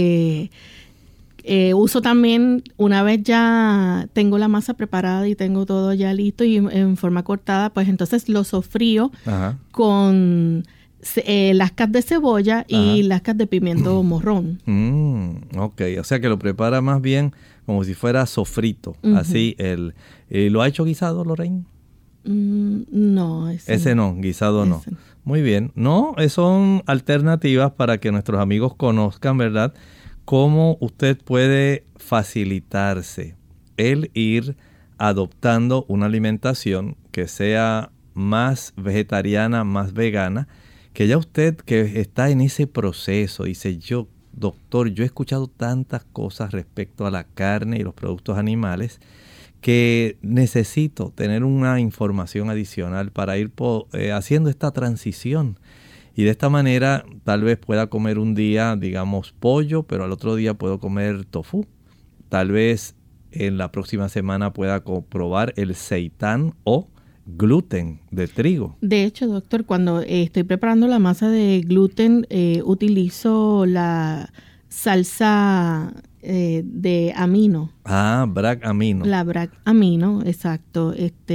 uso también, una vez ya tengo la masa preparada y tengo todo ya listo y en forma cortada, pues entonces lo sofrío con lascas de cebolla y lascas de pimiento morrón. Ok, o sea que lo prepara más bien como si fuera sofrito. Así, ¿lo ha hecho guisado, Lorraine? No, ese no, guisado no. Muy bien. No, son alternativas para que nuestros amigos conozcan, ¿verdad?, cómo usted puede facilitarse el ir adoptando una alimentación que sea más vegetariana, más vegana, que ya usted que está en ese proceso dice, doctor, yo he escuchado tantas cosas respecto a la carne y los productos animales que necesito tener una información adicional para ir haciendo esta transición. Y de esta manera tal vez pueda comer un día, digamos, pollo, pero al otro día puedo comer tofu. Tal vez en la próxima semana pueda probar el seitán o gluten de trigo. De hecho, doctor, cuando estoy preparando la masa de gluten, utilizo la salsa de amino. Ah, BRAC amino. La BRAC amino, exacto.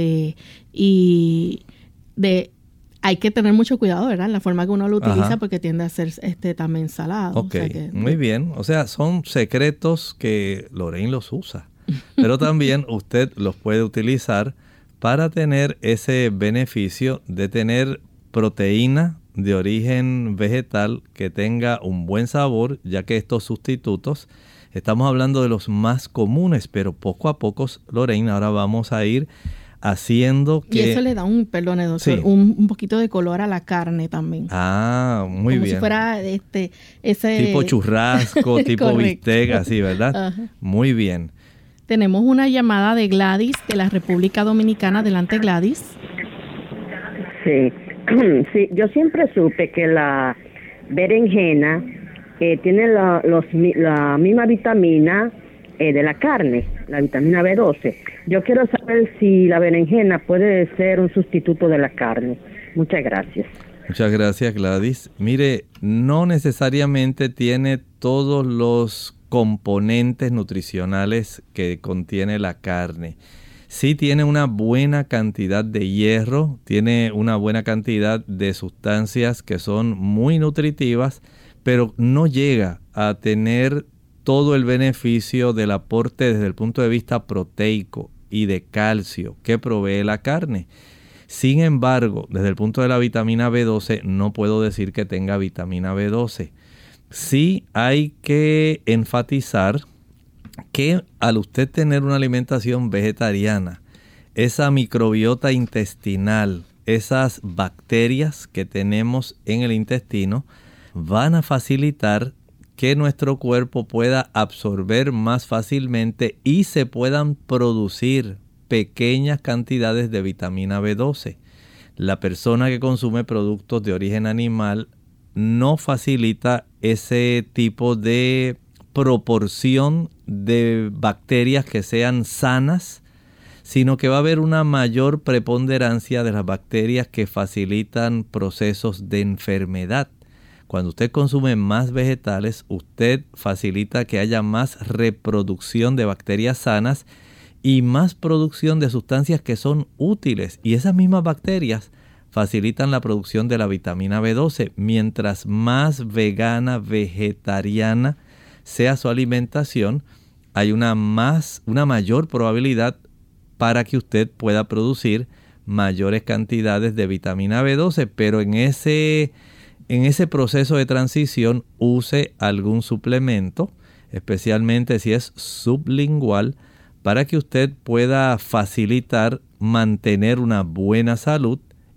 Y hay que tener mucho cuidado, ¿verdad? En la forma que uno lo utiliza, porque tiende a ser también salado. Ok, muy bien. O sea, son secretos que Lorraine los usa. Pero también usted los puede utilizar para tener ese beneficio de tener proteína de origen vegetal que tenga un buen sabor, ya que estos sustitutos, estamos hablando de los más comunes, pero poco a poco, Lorraine, ahora vamos a ir haciendo que... Y eso le da un poquito de color a la carne también. Ah, muy bien. Como si fuera ese... tipo churrasco, tipo bistec, así, ¿verdad? Ajá. Muy bien. Tenemos una llamada de Gladys de la República Dominicana. Adelante, Gladys. Sí. Sí, yo siempre supe que la berenjena tiene la misma vitamina de la carne, la vitamina B12. Yo quiero saber si la berenjena puede ser un sustituto de la carne. Muchas gracias. Muchas gracias, Gladys. Mire, no necesariamente tiene todos los componentes nutricionales que contiene la carne. Sí tiene una buena cantidad de hierro, tiene una buena cantidad de sustancias que son muy nutritivas, pero no llega a tener todo el beneficio del aporte desde el punto de vista proteico y de calcio que provee la carne. Sin embargo, desde el punto de la vitamina B12, no puedo decir que tenga vitamina B12. Sí hay que enfatizar que al usted tener una alimentación vegetariana, esa microbiota intestinal, esas bacterias que tenemos en el intestino, van a facilitar que nuestro cuerpo pueda absorber más fácilmente y se puedan producir pequeñas cantidades de vitamina B12. La persona que consume productos de origen animal no facilita ese tipo de proporción de bacterias que sean sanas, sino que va a haber una mayor preponderancia de las bacterias que facilitan procesos de enfermedad. Cuando usted consume más vegetales, usted facilita que haya más reproducción de bacterias sanas y más producción de sustancias que son útiles. Y esas mismas bacterias facilitan la producción de la vitamina B12. Mientras más vegana, vegetariana sea su alimentación, hay una mayor probabilidad para que usted pueda producir mayores cantidades de vitamina B12, pero en ese proceso de transición use algún suplemento, especialmente si es sublingual, para que usted pueda facilitar mantener una buena salud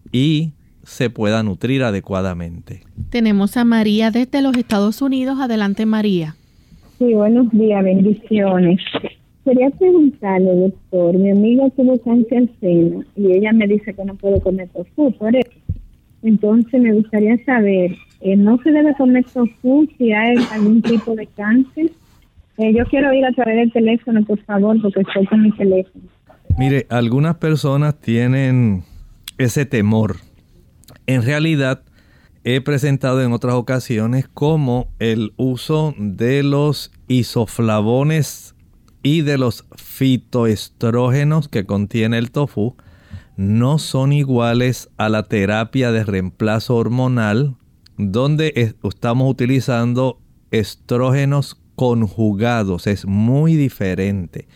y se pueda nutrir adecuadamente. Tenemos a María desde los Estados Unidos. Adelante, María. Sí, buenos días, bendiciones. Quería preguntarle, doctor, mi amiga tuvo cáncer al seno y ella me dice que no puede comer tofu por eso. Entonces me gustaría saber, ¿no se debe comer tofu si hay algún tipo de cáncer? Yo quiero ir a través del teléfono, por favor, porque estoy con mi teléfono. Mire, algunas personas tienen ese temor. En realidad, he presentado en otras ocasiones cómo el uso de los isoflavones y de los fitoestrógenos que contiene el tofu no son iguales a la terapia de reemplazo hormonal, donde estamos utilizando estrógenos conjugados. Es muy diferente.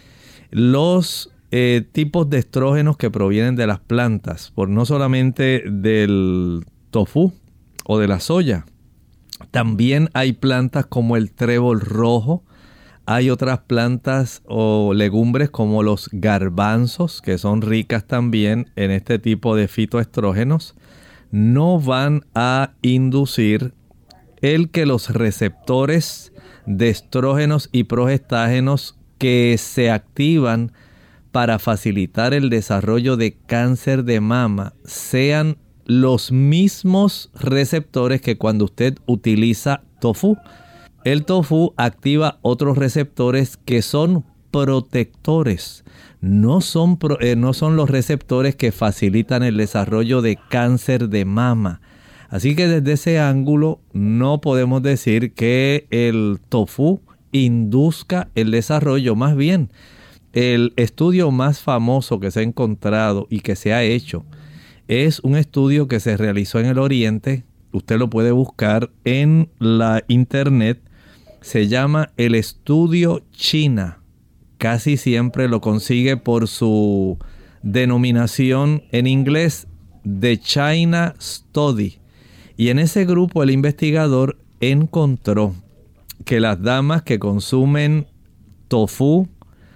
Los tipos de estrógenos que provienen de las plantas, por no solamente del tofu o de la soya, también hay plantas como el trébol rojo. Hay otras plantas o legumbres como los garbanzos, que son ricas también en este tipo de fitoestrógenos. No van a inducir el que los receptores de estrógenos y progestágenos que se activan para facilitar el desarrollo de cáncer de mama sean los mismos receptores que cuando usted utiliza tofu. El tofu activa otros receptores que son protectores. No son los receptores que facilitan el desarrollo de cáncer de mama. Así que desde ese ángulo no podemos decir que el tofu induzca el desarrollo. Más bien, el estudio más famoso que se ha encontrado y que se ha hecho es un estudio que se realizó en el Oriente. Usted lo puede buscar en la internet. Se llama el estudio China. Casi siempre lo consigue por su denominación en inglés, The China Study. Y en ese grupo el investigador encontró que las damas que consumen tofu,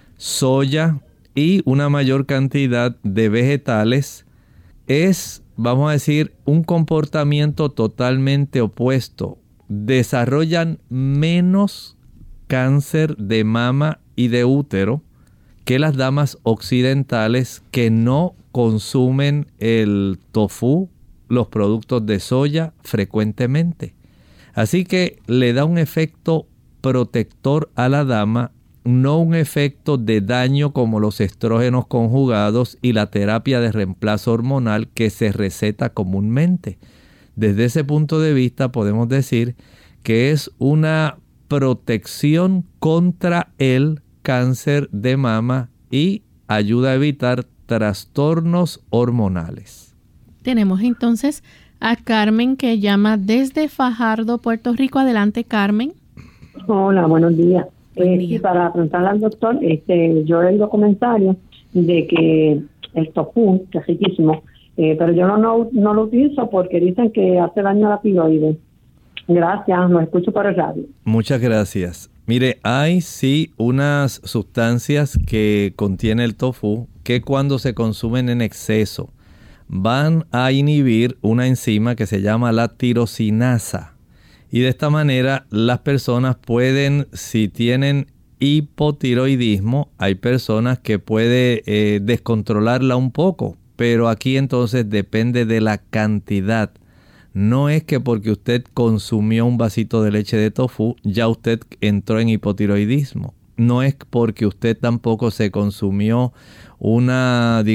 soya y una mayor cantidad de vegetales es, vamos a decir, un comportamiento totalmente opuesto. Desarrollan menos cáncer de mama y de útero que las damas occidentales que no consumen el tofu, los productos de soya frecuentemente. Así que le da un efecto protector a la dama, no un efecto de daño como los estrógenos conjugados y la terapia de reemplazo hormonal que se receta comúnmente. Desde ese punto de vista podemos decir que es una protección contra el cáncer de mama y ayuda a evitar trastornos hormonales. Tenemos entonces a Carmen que llama desde Fajardo, Puerto Rico. Adelante, Carmen. Hola, buenos días. Buen día. Sí, para preguntarle al doctor, yo he oído comentarios de que el tofu, que es riquísimo, pero yo no lo utilizo porque dicen que hace daño a la tiroides. Gracias, lo escucho por el radio. Muchas gracias. Mire, hay sí unas sustancias que contiene el tofu que cuando se consumen en exceso van a inhibir una enzima que se llama la tirosinasa. Y de esta manera las personas pueden, si tienen hipotiroidismo, hay personas que puede descontrolarla un poco, pero aquí entonces depende de la cantidad. No es que porque usted consumió un vasito de leche de tofu, ya usted entró en hipotiroidismo. No es porque usted tampoco se consumió una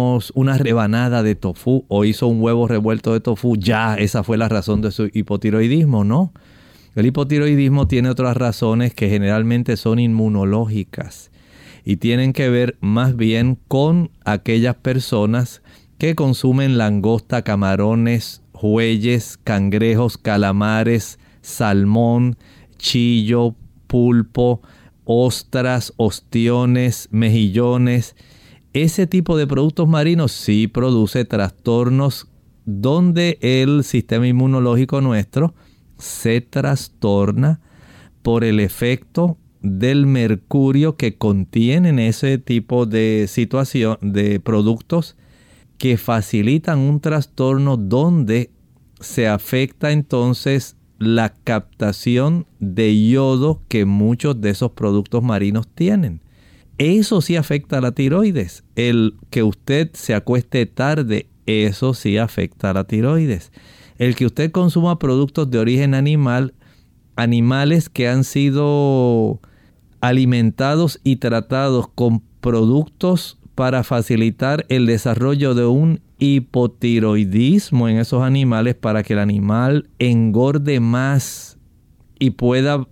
rebanada de tofu o hizo un huevo revuelto de tofu, ya esa fue la razón de su hipotiroidismo, no. El hipotiroidismo tiene otras razones que generalmente son inmunológicas y tienen que ver más bien con aquellas personas que consumen langosta, camarones, jueyes, cangrejos, calamares, salmón, chillo, pulpo, ostras, ostiones, mejillones. Ese tipo de productos marinos sí produce trastornos donde el sistema inmunológico nuestro se trastorna por el efecto del mercurio que contienen ese tipo de situación de productos que facilitan un trastorno donde se afecta entonces la captación de yodo que muchos de esos productos marinos tienen. Eso sí afecta a la tiroides. El que usted se acueste tarde, eso sí afecta a la tiroides. El que usted consuma productos de origen animal, animales que han sido alimentados y tratados con productos para facilitar el desarrollo de un hipotiroidismo en esos animales para que el animal engorde más y pueda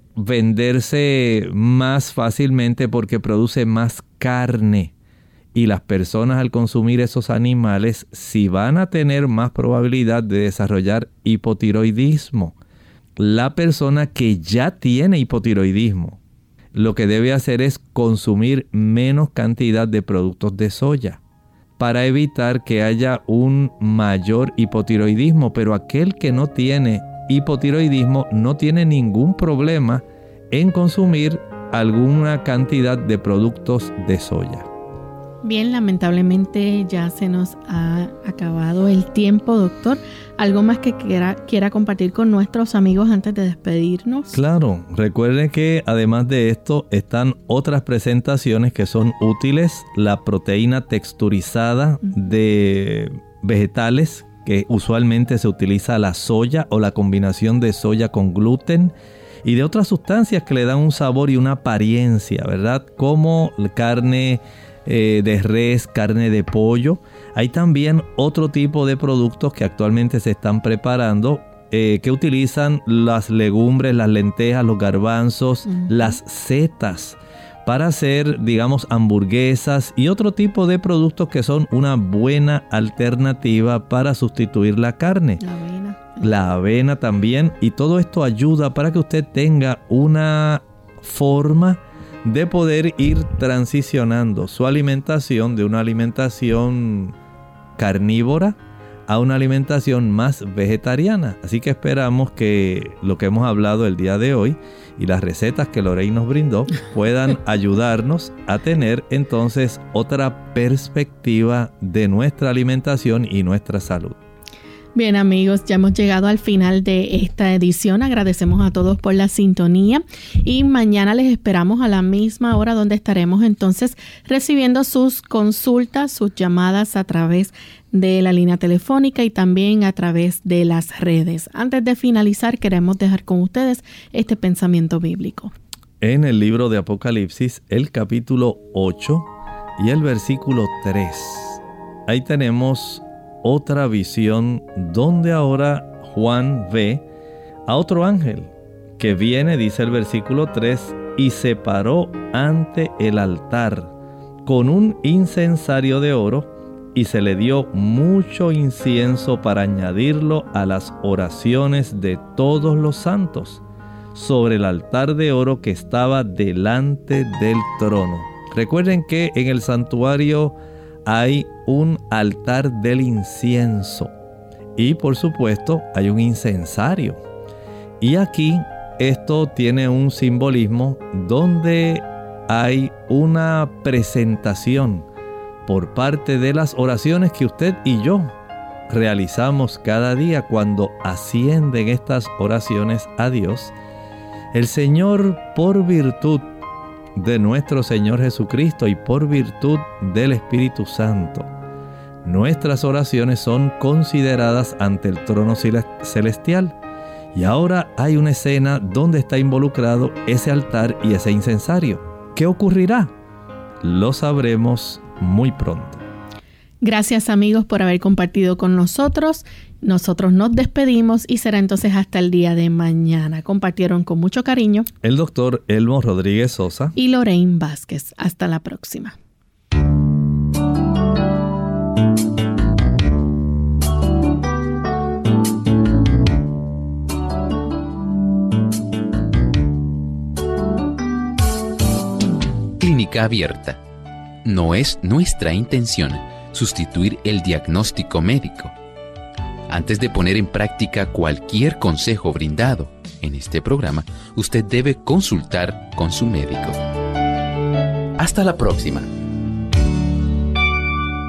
venderse más fácilmente porque produce más carne. Y las personas al consumir esos animales sí van a tener más probabilidad de desarrollar hipotiroidismo. La persona que ya tiene hipotiroidismo, lo que debe hacer es consumir menos cantidad de productos de soya para evitar que haya un mayor hipotiroidismo. Pero aquel que no tiene hipotiroidismo no tiene ningún problema en consumir alguna cantidad de productos de soya. Bien, lamentablemente ya se nos ha acabado el tiempo, doctor. ¿Algo más que quiera compartir con nuestros amigos antes de despedirnos? Claro, recuerde que además de esto están otras presentaciones que son útiles. La proteína texturizada de vegetales, que usualmente se utiliza la soya o la combinación de soya con gluten, y de otras sustancias que le dan un sabor y una apariencia, ¿verdad? Como carne de res, carne de pollo. Hay también otro tipo de productos que actualmente se están preparando que utilizan las legumbres, las lentejas, los garbanzos, las setas, para hacer, digamos, hamburguesas y otro tipo de productos que son una buena alternativa para sustituir la carne. La avena también, y todo esto ayuda para que usted tenga una forma de poder ir transicionando su alimentación de una alimentación carnívora a una alimentación más vegetariana. Así que esperamos que lo que hemos hablado el día de hoy y las recetas que Lorraine nos brindó puedan ayudarnos a tener entonces otra perspectiva de nuestra alimentación y nuestra salud. Bien, amigos, ya hemos llegado al final de esta edición. Agradecemos a todos por la sintonía y mañana les esperamos a la misma hora, donde estaremos entonces recibiendo sus consultas, sus llamadas a través de la línea telefónica y también a través de las redes. Antes de finalizar, queremos dejar con ustedes este pensamiento bíblico. En el libro de Apocalipsis, el capítulo 8 y el versículo 3, ahí tenemos otra visión donde ahora Juan ve a otro ángel que viene, dice el versículo 3, y se paró ante el altar con un incensario de oro y se le dio mucho incienso para añadirlo a las oraciones de todos los santos sobre el altar de oro que estaba delante del trono. Recuerden que en el santuario hay un altar del incienso y por supuesto hay un incensario. Y aquí esto tiene un simbolismo donde hay una presentación por parte de las oraciones que usted y yo realizamos cada día. Cuando ascienden estas oraciones a Dios, el Señor, por virtud de nuestro Señor Jesucristo y por virtud del Espíritu Santo, nuestras oraciones son consideradas ante el trono celestial. Y ahora hay una escena donde está involucrado ese altar y ese incensario. ¿Qué ocurrirá? Lo sabremos muy pronto. Gracias, amigos, por haber compartido con nosotros. Nosotros nos despedimos y será entonces hasta el día de mañana. Compartieron con mucho cariño el doctor Elmo Rodríguez Sosa y Lorraine Vázquez. Hasta la próxima. Clínica Abierta. No es nuestra intención sustituir el diagnóstico médico. Antes de poner en práctica cualquier consejo brindado en este programa, usted debe consultar con su médico. Hasta la próxima.